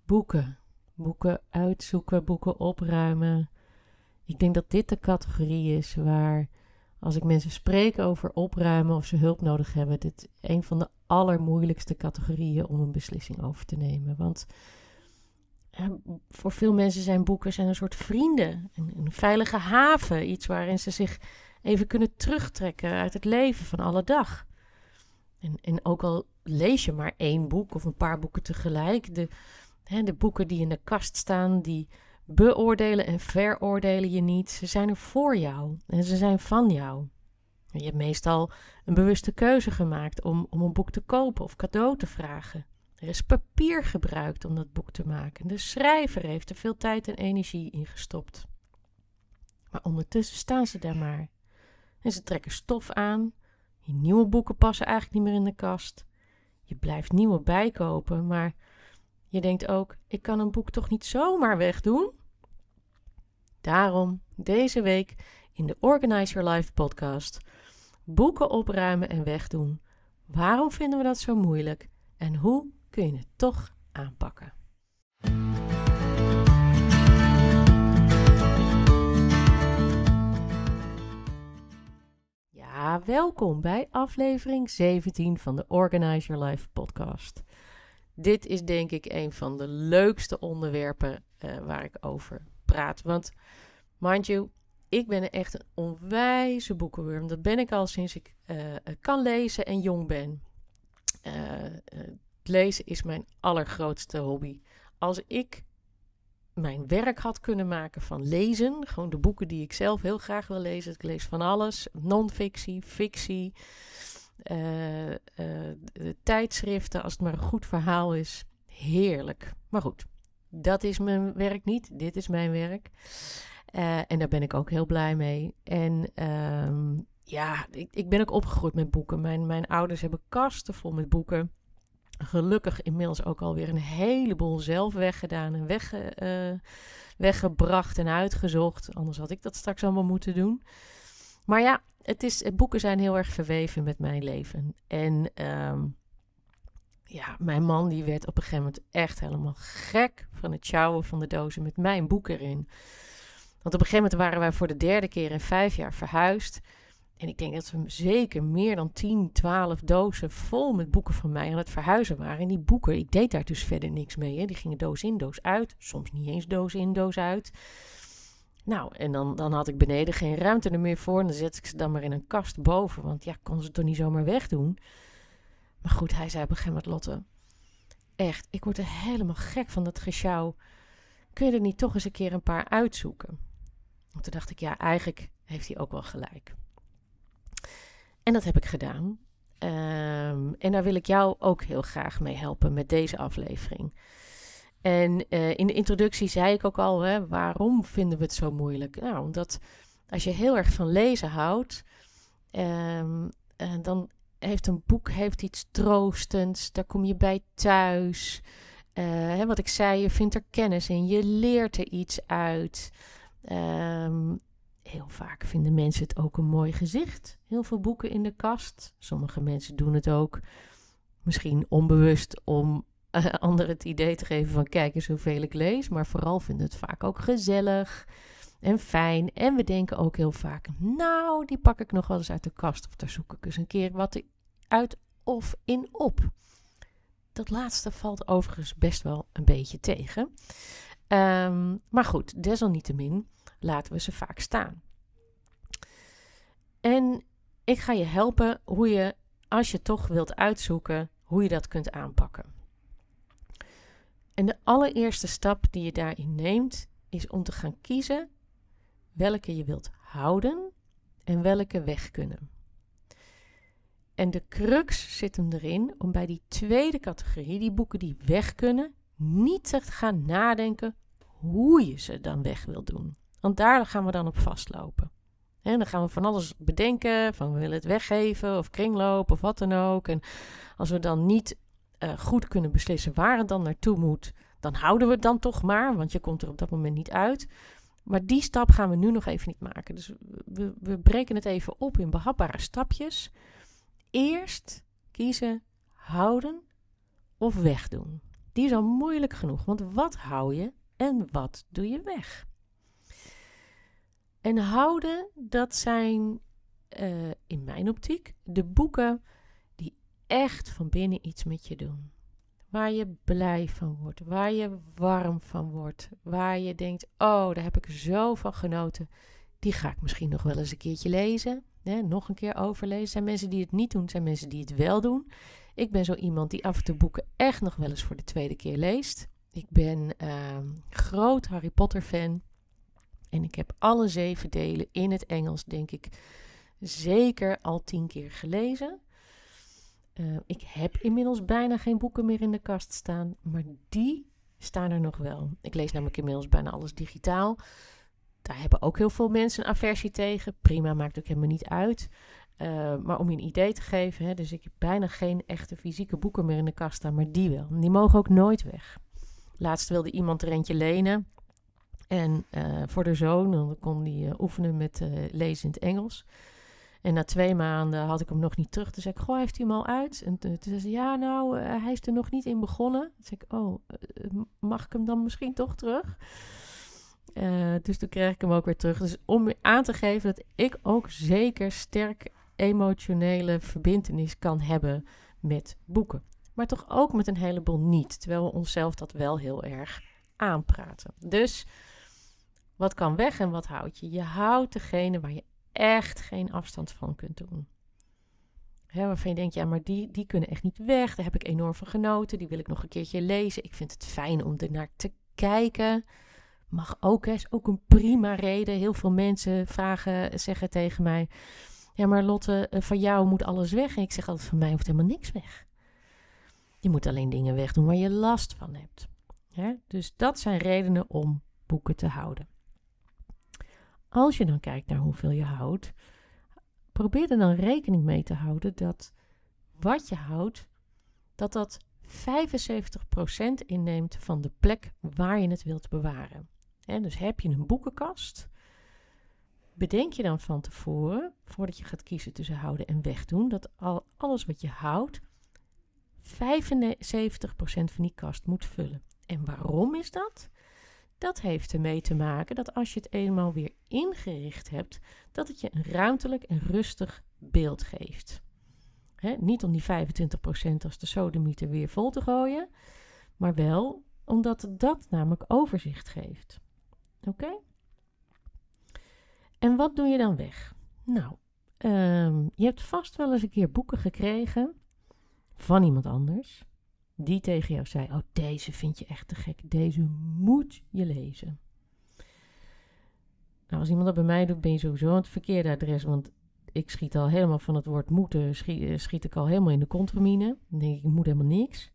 Boeken. Boeken uitzoeken, boeken opruimen. Ik denk dat dit de categorie is waar, als ik mensen spreek over opruimen of ze hulp nodig hebben, dit een van de allermoeilijkste categorieën om een beslissing over te nemen. Want voor veel mensen zijn boeken een soort vrienden, een veilige haven, iets waarin ze zich even kunnen terugtrekken uit het leven van alle dag. En ook al lees je maar 1 boek of een paar boeken tegelijk, de boeken die in de kast staan, die beoordelen en veroordelen je niet. Ze zijn er voor jou en ze zijn van jou. Je hebt meestal een bewuste keuze gemaakt om een boek te kopen of cadeau te vragen. Er is papier gebruikt om dat boek te maken. De schrijver heeft er veel tijd en energie in gestopt. Maar ondertussen staan ze daar maar. En ze trekken stof aan. Je nieuwe boeken passen eigenlijk niet meer in de kast. Je blijft nieuwe bijkopen, maar je denkt ook, ik kan een boek toch niet zomaar wegdoen? Daarom deze week in de Organize Your Life podcast. Boeken opruimen en wegdoen. Waarom vinden we dat zo moeilijk? En hoe kun je het toch aanpakken? Ja, welkom bij aflevering 17 van de Organize Your Life podcast. Dit is denk ik een van de leukste onderwerpen waar ik over praat. Want, mind you, ik ben echt een onwijze boekenworm. Dat ben ik al sinds ik kan lezen en jong ben. Lezen is mijn allergrootste hobby. Als ik mijn werk had kunnen maken van lezen, gewoon de boeken die ik zelf heel graag wil lezen. Ik lees van alles, non-fictie, fictie, de tijdschriften, als het maar een goed verhaal is, heerlijk. Maar goed, dat is mijn werk niet, dit is mijn werk. En daar ben ik ook heel blij mee. En ik ben ook opgegroeid met boeken. Mijn ouders hebben kasten vol met boeken. Gelukkig inmiddels ook alweer een heleboel zelf weggedaan en weggebracht en uitgezocht. Anders had ik dat straks allemaal moeten doen. Maar ja, boeken zijn heel erg verweven met mijn leven. En mijn man die werd op een gegeven moment echt helemaal gek van het sjouwen van de dozen met mijn boek erin. Want op een gegeven moment waren wij voor de 3e keer in 5 jaar verhuisd. En ik denk dat we zeker meer dan 10, 12 dozen vol met boeken van mij aan het verhuizen waren. En die boeken, ik deed daar dus verder niks mee. Hè. Die gingen doos in, doos uit. Soms niet eens doos in, doos uit. Nou, en dan had ik beneden geen ruimte er meer voor. En dan zet ik ze dan maar in een kast boven. Want ja, ik kon ze toch niet zomaar wegdoen. Maar goed, hij zei op een gegeven moment, Lotte, echt, ik word er helemaal gek van dat gesjouw. Kun je er niet toch eens een keer een paar uitzoeken? Want toen dacht ik, ja, eigenlijk heeft hij ook wel gelijk. En dat heb ik gedaan. En daar wil ik jou ook heel graag mee helpen met deze aflevering. En in de introductie zei ik ook al, waarom vinden we het zo moeilijk? Nou, omdat als je heel erg van lezen houdt, dan heeft een boek iets troostends. Daar kom je bij thuis. Wat ik zei, je vindt er kennis in. Je leert er iets uit. Heel vaak vinden mensen het ook een mooi gezicht. Heel veel boeken in de kast. Sommige mensen doen het ook misschien onbewust om anderen het idee te geven van kijk eens hoeveel ik lees. Maar vooral vinden het vaak ook gezellig en fijn. En we denken ook heel vaak, nou die pak ik nog wel eens uit de kast. Of daar zoek ik eens een keer wat uit of in op. Dat laatste valt overigens best wel een beetje tegen. Maar goed, desalniettemin laten we ze vaak staan. En ik ga je helpen hoe je, als je toch wilt uitzoeken, hoe je dat kunt aanpakken. En de allereerste stap die je daarin neemt, is om te gaan kiezen welke je wilt houden en welke weg kunnen. En de crux zit hem erin om bij die tweede categorie, die boeken die weg kunnen, niet te gaan nadenken hoe je ze dan weg wilt doen. Want daar gaan we dan op vastlopen. En dan gaan we van alles bedenken, van we willen het weggeven of kringlopen of wat dan ook. En als we dan niet goed kunnen beslissen waar het dan naartoe moet, dan houden we het dan toch maar, want je komt er op dat moment niet uit. Maar die stap gaan we nu nog even niet maken. Dus we breken het even op in behapbare stapjes. Eerst kiezen, houden of wegdoen. Die is al moeilijk genoeg, want wat hou je en wat doe je weg? En houden, dat zijn in mijn optiek de boeken die echt van binnen iets met je doen. Waar je blij van wordt, waar je warm van wordt, waar je denkt, oh, daar heb ik zo van genoten. Die ga ik misschien nog wel eens een keertje lezen, nog een keer overlezen. Er zijn mensen die het niet doen, er zijn mensen die het wel doen. Ik ben zo iemand die af en toe boeken echt nog wel eens voor de tweede keer leest. Ik ben groot Harry Potter fan. En ik heb alle 7 delen in het Engels, denk ik, zeker al 10 keer gelezen. Ik heb inmiddels bijna geen boeken meer in de kast staan, maar die staan er nog wel. Ik lees namelijk inmiddels bijna alles digitaal. Daar hebben ook heel veel mensen een aversie tegen. Prima, maakt ook helemaal niet uit. Maar om je een idee te geven, dus ik heb bijna geen echte fysieke boeken meer in de kast staan, maar die wel. Die mogen ook nooit weg. Laatst wilde iemand er eentje lenen. En voor de zoon, dan kon die oefenen met lezen in het Engels. En na 2 maanden had ik hem nog niet terug. Toen zei ik, goh, heeft hij hem al uit? En toen zei ze, ja, nou, hij is er nog niet in begonnen. Toen zei ik, mag ik hem dan misschien toch terug? Dus toen kreeg ik hem ook weer terug. Dus om aan te geven dat ik ook zeker sterk emotionele verbintenis kan hebben met boeken. Maar toch ook met een heleboel niet. Terwijl we onszelf dat wel heel erg aanpraten. Dus wat kan weg en wat houd je? Je houdt degene waar je echt geen afstand van kunt doen. Waarvan je denkt, ja, maar die kunnen echt niet weg. Daar heb ik enorm van genoten. Die wil ik nog een keertje lezen. Ik vind het fijn om er naar te kijken. Mag ook, is ook een prima reden. Heel veel mensen zeggen tegen mij, ja, maar Lotte, van jou moet alles weg. En ik zeg altijd, van mij hoeft helemaal niks weg. Je moet alleen dingen wegdoen waar je last van hebt. Dus dat zijn redenen om boeken te houden. Als je dan kijkt naar hoeveel je houdt, probeer er dan rekening mee te houden dat wat je houdt, dat 75% inneemt van de plek waar je het wilt bewaren. Dus heb je een boekenkast, bedenk je dan van tevoren, voordat je gaat kiezen tussen houden en wegdoen, dat alles wat je houdt, 75% van die kast moet vullen. En waarom is dat? Dat heeft ermee te maken dat als je het eenmaal weer ingericht hebt, dat het je een ruimtelijk en rustig beeld geeft. Niet om die 25% als de sodemieter weer vol te gooien, maar wel omdat dat namelijk overzicht geeft. Oké? En wat doe je dan weg? Nou, je hebt vast wel eens een keer boeken gekregen van iemand anders, die tegen jou zei, oh, deze vind je echt te gek, deze moet je lezen. Nou, als iemand dat bij mij doet, ben je sowieso aan het verkeerde adres, want ik schiet al helemaal van het woord moeten, schiet ik al helemaal in de contramine. Dan denk ik moet helemaal niks.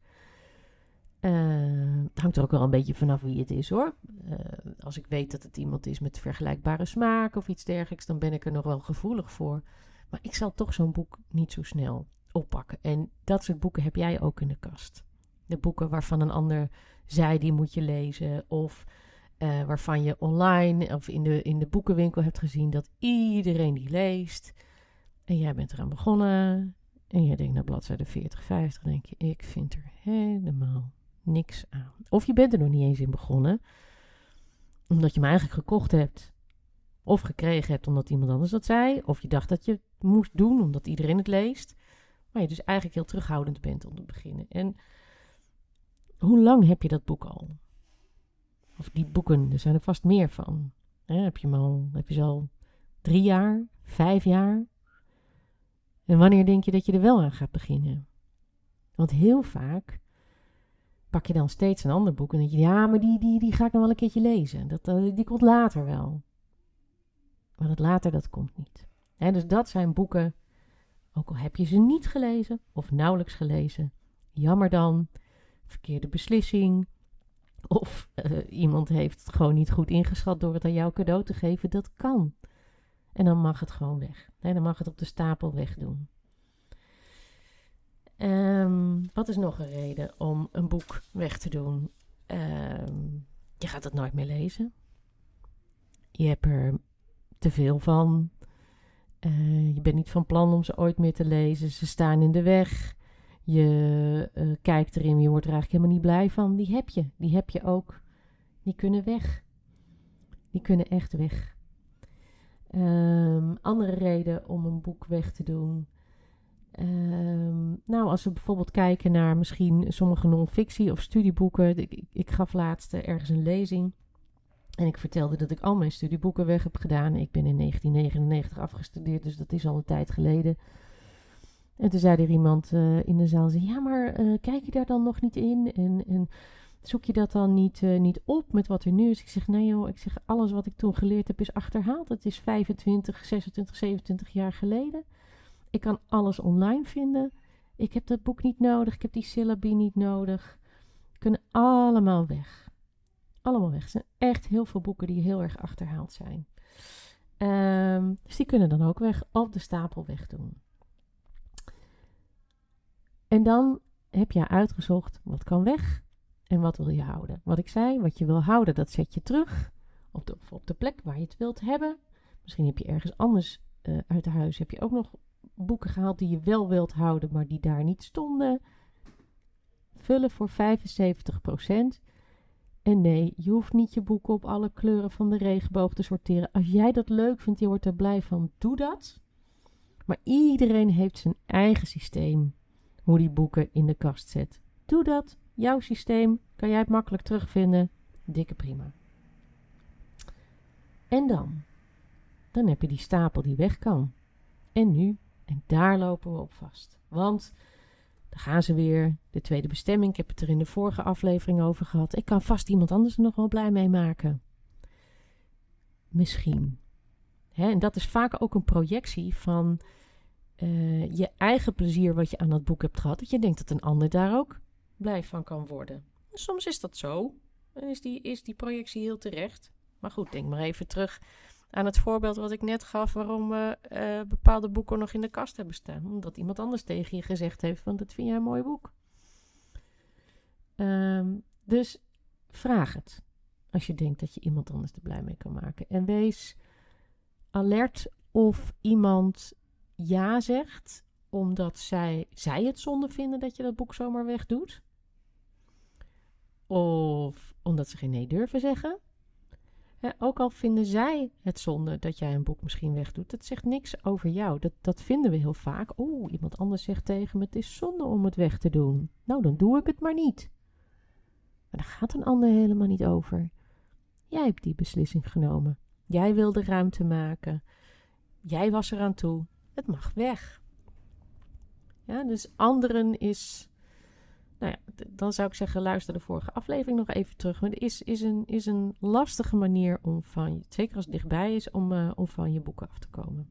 Het hangt er ook wel een beetje vanaf wie het is, hoor. Als ik weet dat het iemand is met vergelijkbare smaak of iets dergelijks, dan ben ik er nog wel gevoelig voor. Maar ik zal toch zo'n boek niet zo snel oppakken. En dat soort boeken heb jij ook in de kast. De boeken waarvan een ander zei, die moet je lezen. Of waarvan je online of in de boekenwinkel hebt gezien dat iedereen die leest. En jij bent eraan begonnen. En jij denkt naar bladzijde 40, 50. Dan denk je, ik vind er helemaal niks aan. Of je bent er nog niet eens in begonnen. Omdat je hem eigenlijk gekocht hebt. Of gekregen hebt omdat iemand anders dat zei. Of je dacht dat je het moest doen omdat iedereen het leest. Maar je dus eigenlijk heel terughoudend bent om te beginnen. En hoe lang heb je dat boek al? Of die boeken, er zijn er vast meer van. Heb je ze al 3 jaar, 5 jaar? En wanneer denk je dat je er wel aan gaat beginnen? Want heel vaak pak je dan steeds een ander boek en denk je, ja, maar die ga ik nog wel een keertje lezen. Die komt later wel. Maar dat later, dat komt niet. Dus dat zijn boeken, ook al heb je ze niet gelezen of nauwelijks gelezen. Jammer dan, verkeerde beslissing. Of iemand heeft het gewoon niet goed ingeschat door het aan jou cadeau te geven. Dat kan. En dan mag het gewoon weg. Dan mag het op de stapel wegdoen. Wat is nog een reden om een boek weg te doen? Je gaat het nooit meer lezen. Je hebt er te veel van. Je bent niet van plan om ze ooit meer te lezen. Ze staan in de weg. Je kijkt erin, je wordt er eigenlijk helemaal niet blij van. Die heb je ook. Die kunnen weg. Die kunnen echt weg. Andere reden om een boek weg te doen. Als we bijvoorbeeld kijken naar misschien sommige non-fictie of studieboeken. Ik gaf laatst ergens een lezing. En ik vertelde dat ik al mijn studieboeken weg heb gedaan. Ik ben in 1999 afgestudeerd, dus dat is al een tijd geleden. En toen zei er iemand in de zaal, ja, maar kijk je daar dan nog niet in? En zoek je dat dan niet op met wat er nu is? Ik zeg, nee joh, alles wat ik toen geleerd heb is achterhaald. Het is 25, 26, 27 jaar geleden. Ik kan alles online vinden. Ik heb dat boek niet nodig. Ik heb die syllabi niet nodig. Kunnen allemaal weg. Allemaal weg. Er zijn echt heel veel boeken die heel erg achterhaald zijn. Dus die kunnen dan ook weg, op de stapel wegdoen. En dan heb je uitgezocht wat kan weg en wat wil je houden. Wat ik zei, wat je wil houden, dat zet je terug op de plek waar je het wilt hebben. Misschien heb je ergens anders uit huis, heb je ook nog boeken gehaald die je wel wilt houden, maar die daar niet stonden. Vullen voor 75%. En nee, je hoeft niet je boeken op alle kleuren van de regenboog te sorteren. Als jij dat leuk vindt, je wordt er blij van, doe dat. Maar iedereen heeft zijn eigen systeem, hoe die boeken in de kast zet. Doe dat. Jouw systeem, kan jij het makkelijk terugvinden. Dikke prima. En dan heb je die stapel die weg kan. En nu, en daar lopen we op vast. Want daar gaan ze weer, de tweede bestemming. Ik heb het er in de vorige aflevering over gehad. Ik kan vast iemand anders er nog wel blij mee maken. Misschien. En dat is vaak ook een projectie van je eigen plezier wat je aan dat boek hebt gehad. Dat je denkt dat een ander daar ook blij van kan worden. En soms is dat zo. En is die projectie heel terecht. Maar goed, denk maar even terug aan het voorbeeld wat ik net gaf, waarom we bepaalde boeken nog in de kast hebben staan. Omdat iemand anders tegen je gezegd heeft, want dat vind jij een mooi boek. Dus vraag het. Als je denkt dat je iemand anders er blij mee kan maken. En wees alert of iemand ja zegt, omdat zij het zonde vinden dat je dat boek zomaar wegdoet. Of omdat ze geen nee durven zeggen. Ook al vinden zij het zonde dat jij een boek misschien wegdoet, dat zegt niks over jou. Dat vinden we heel vaak. Iemand anders zegt tegen me, het is zonde om het weg te doen. Nou, dan doe ik het maar niet. Maar daar gaat een ander helemaal niet over. Jij hebt die beslissing genomen. Jij wilde ruimte maken. Jij was eraan toe. Het mag weg. Ja, dus anderen is... Nou ja, dan zou ik zeggen, luister de vorige aflevering nog even terug. Maar het is een lastige manier om zeker als het dichtbij is, om van je boeken af te komen.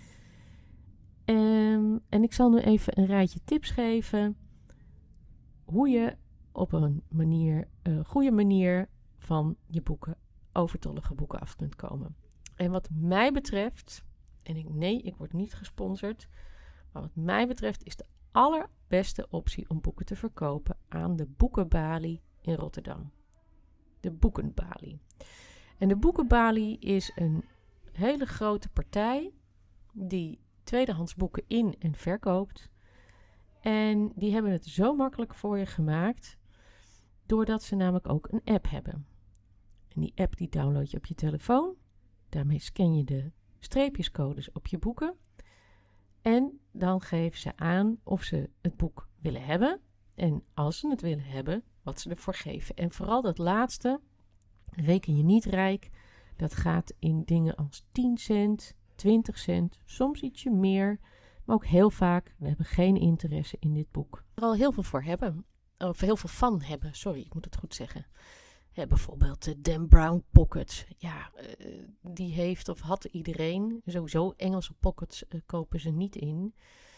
En ik zal nu even een rijtje tips geven hoe je op een goede manier van je overtollige boeken af kunt komen. En wat mij betreft, ik word niet gesponsord, maar wat mij betreft is de allerbeste optie om boeken te verkopen aan de Boekenbalie in Rotterdam. De Boekenbalie. En de Boekenbalie is een hele grote partij die tweedehands boeken in- en verkoopt. En die hebben het zo makkelijk voor je gemaakt, doordat ze namelijk ook een app hebben. En die app die download je op je telefoon. Daarmee scan je de streepjescodes op je boeken. En dan geven ze aan of ze het boek willen hebben. En als ze het willen hebben, wat ze ervoor geven. En vooral dat laatste, reken je niet rijk. Dat gaat in dingen als 10 cent, 20 cent, soms ietsje meer. Maar ook heel vaak, we hebben geen interesse in dit boek. Er al heel veel voor hebben. Of heel veel van hebben, sorry, ik moet het goed zeggen. Bijvoorbeeld de Dan Brown Pocket. Ja, die heeft of had iedereen. Sowieso Engelse pockets kopen ze niet in.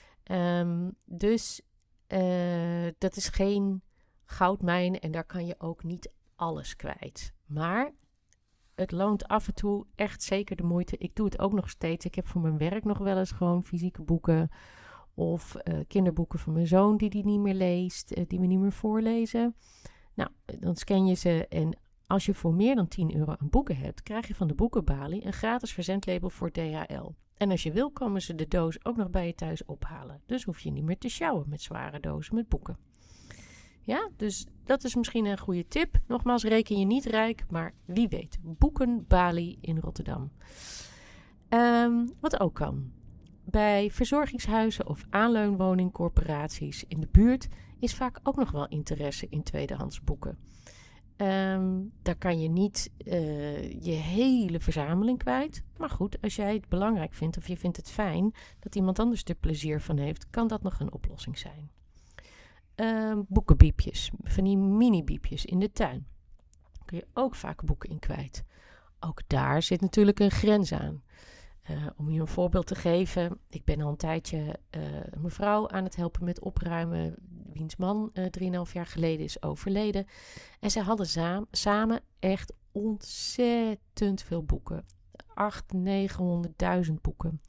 Dus dat is geen goudmijn en daar kan je ook niet alles kwijt. Maar het loont af en toe echt zeker de moeite. Ik doe het ook nog steeds. Ik heb voor mijn werk nog wel eens gewoon fysieke boeken of kinderboeken van mijn zoon die niet meer leest, die we niet meer voorlezen. Nou, dan scan je ze en als je voor meer dan €10 aan boeken hebt, krijg je van de Boekenbalie een gratis verzendlabel voor DHL. En als je wil, komen ze de doos ook nog bij je thuis ophalen. Dus hoef je niet meer te sjouwen met zware dozen met boeken. Ja, dus dat is misschien een goede tip. Nogmaals, reken je niet rijk, maar wie weet. Boeken Bali in Rotterdam. Wat ook kan. Bij verzorgingshuizen of aanleunwoningcorporaties in de buurt is vaak ook nog wel interesse in tweedehands boeken. Daar kan je niet je hele verzameling kwijt. Maar goed, als jij het belangrijk vindt of je vindt het fijn dat iemand anders er plezier van heeft, kan dat nog een oplossing zijn. Boekenbiepjes, van die mini-biepjes in de tuin. Daar kun je ook vaak boeken in kwijt. Ook daar zit natuurlijk een grens aan. Om je een voorbeeld te geven, ik ben al een tijdje een mevrouw aan het helpen met opruimen, wiens man 3,5 jaar geleden is overleden. En zij hadden samen echt ontzettend veel boeken. 800.000, 900.000 boeken.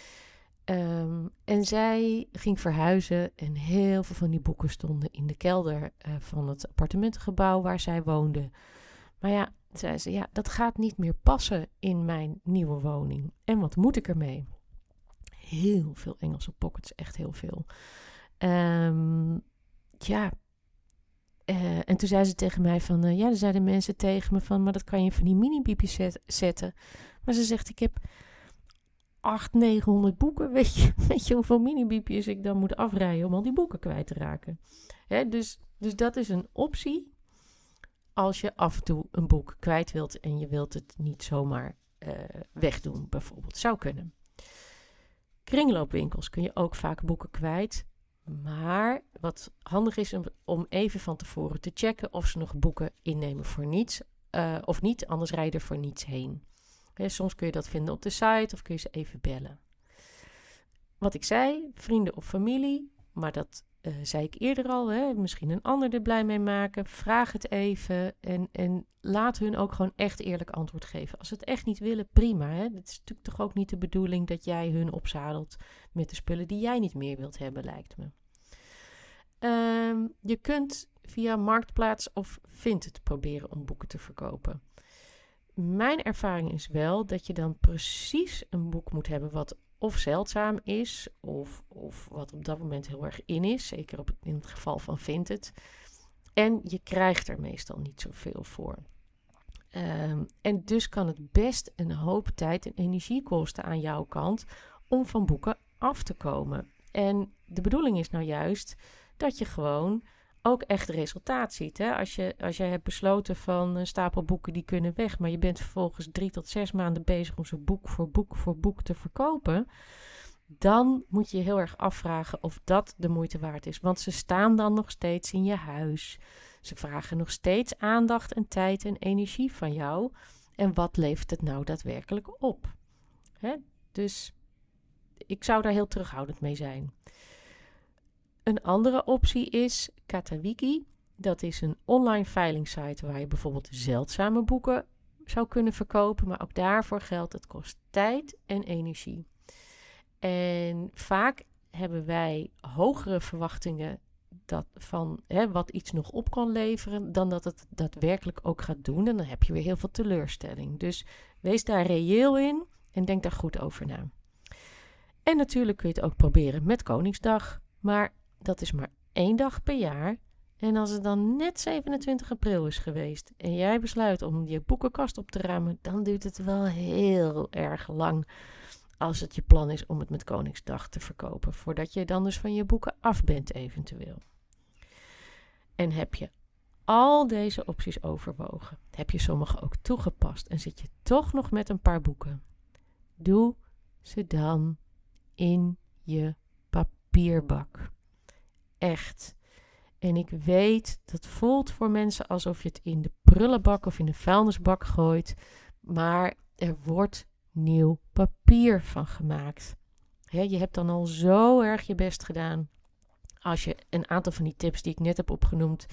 En zij ging verhuizen en heel veel van die boeken stonden in de kelder van het appartementengebouw waar zij woonde. Maar ja, zei ze, ja, dat gaat niet meer passen in mijn nieuwe woning. En wat moet ik ermee? Heel veel Engelse pockets, echt heel veel. En toen zei ze tegen mij van, er zeiden mensen tegen me van, maar dat kan je van die mini-biepjes zetten. Maar ze zegt, ik heb 800-900 boeken. Weet je hoeveel mini-biepjes ik dan moet afrijden om al die boeken kwijt te raken? Dus dat is een optie. Als je af en toe een boek kwijt wilt en je wilt het niet zomaar wegdoen, bijvoorbeeld. Zou kunnen. Kringloopwinkels kun je ook vaak boeken kwijt. Maar wat handig is om even van tevoren te checken of ze nog boeken innemen voor niets of niet. Anders rij je er voor niets heen. Soms kun je dat vinden op de site of kun je ze even bellen. Wat ik zei, vrienden of familie, maar dat zei ik eerder al, misschien een ander er blij mee maken. Vraag het even en laat hun ook gewoon echt eerlijk antwoord geven. Als ze het echt niet willen, prima. Het is natuurlijk toch ook niet de bedoeling dat jij hun opzadelt met de spullen die jij niet meer wilt hebben, lijkt me. Je kunt via Marktplaats of Vinted proberen om boeken te verkopen. Mijn ervaring is wel dat je dan precies een boek moet hebben wat of zeldzaam is, of wat op dat moment heel erg in is. Zeker in het geval van Vinted. En je krijgt er meestal niet zoveel voor. En dus kan het best een hoop tijd en energie kosten aan jouw kant om van boeken af te komen. En de bedoeling is nou juist dat je gewoon ook echt resultaat ziet. Hè? Als jij hebt besloten van een stapel boeken die kunnen weg, maar je bent vervolgens 3 tot 6 maanden bezig om ze boek voor boek te verkopen, dan moet je je heel erg afvragen of dat de moeite waard is. Want ze staan dan nog steeds in je huis. Ze vragen nog steeds aandacht en tijd en energie van jou. En wat levert het nou daadwerkelijk op? Dus ik zou daar heel terughoudend mee zijn. Een andere optie is Katawiki. Dat is een online veilingsite waar je bijvoorbeeld zeldzame boeken zou kunnen verkopen. Maar ook daarvoor geldt, het kost tijd en energie. En vaak hebben wij hogere verwachtingen van wat iets nog op kan leveren, dan dat het daadwerkelijk ook gaat doen. En dan heb je weer heel veel teleurstelling. Dus wees daar reëel in en denk daar goed over na. En natuurlijk kun je het ook proberen met Koningsdag. Maar dat is maar 1 dag per jaar. En als het dan net 27 april is geweest en jij besluit om je boekenkast op te ruimen, dan duurt het wel heel erg lang als het je plan is om het met Koningsdag te verkopen, voordat je dan dus van je boeken af bent eventueel. En heb je al deze opties overwogen, heb je sommige ook toegepast en zit je toch nog met een paar boeken, doe ze dan in je papierbak. Echt. En ik weet, dat voelt voor mensen alsof je het in de prullenbak of in de vuilnisbak gooit, maar er wordt nieuw papier van gemaakt. Je hebt dan al zo erg je best gedaan. Als je een aantal van die tips die ik net heb opgenoemd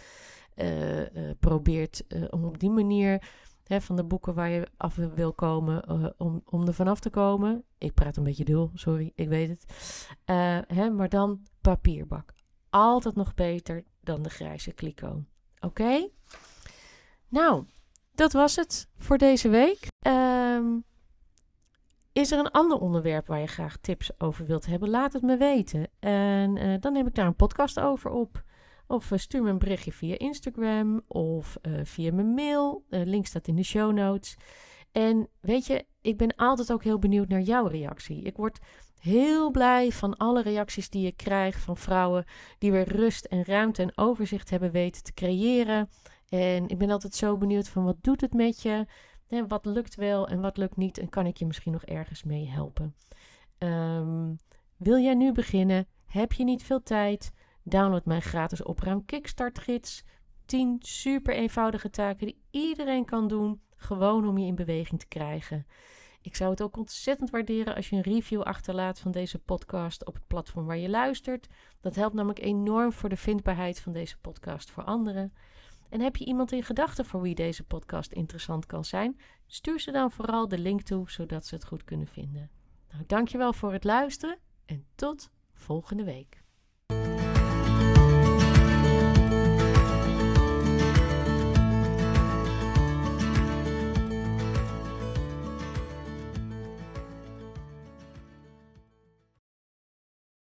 probeert om op die manier van de boeken waar je af wil komen, om er vanaf te komen. Ik praat een beetje dul, sorry, ik weet het. Maar dan papierbak. Altijd nog beter dan de grijze kliko. Oké? Nou, dat was het voor deze week. Is er een ander onderwerp waar je graag tips over wilt hebben? Laat het me weten. En dan neem ik daar een podcast over op. Of stuur me een berichtje via Instagram of via mijn mail. Link staat in de show notes. En weet je, ik ben altijd ook heel benieuwd naar jouw reactie. Ik word heel blij van alle reacties die ik krijg van vrouwen die weer rust en ruimte en overzicht hebben weten te creëren. En ik ben altijd zo benieuwd van wat doet het met je? En wat lukt wel en wat lukt niet? En kan ik je misschien nog ergens mee helpen? Wil jij nu beginnen? Heb je niet veel tijd? Download mijn gratis opruim kickstartgids. 10 super eenvoudige taken die iedereen kan doen. Gewoon om je in beweging te krijgen. Ik zou het ook ontzettend waarderen als je een review achterlaat van deze podcast op het platform waar je luistert. Dat helpt namelijk enorm voor de vindbaarheid van deze podcast voor anderen. En heb je iemand in gedachten voor wie deze podcast interessant kan zijn? Stuur ze dan vooral de link toe, zodat ze het goed kunnen vinden. Nou, dankjewel voor het luisteren en tot volgende week.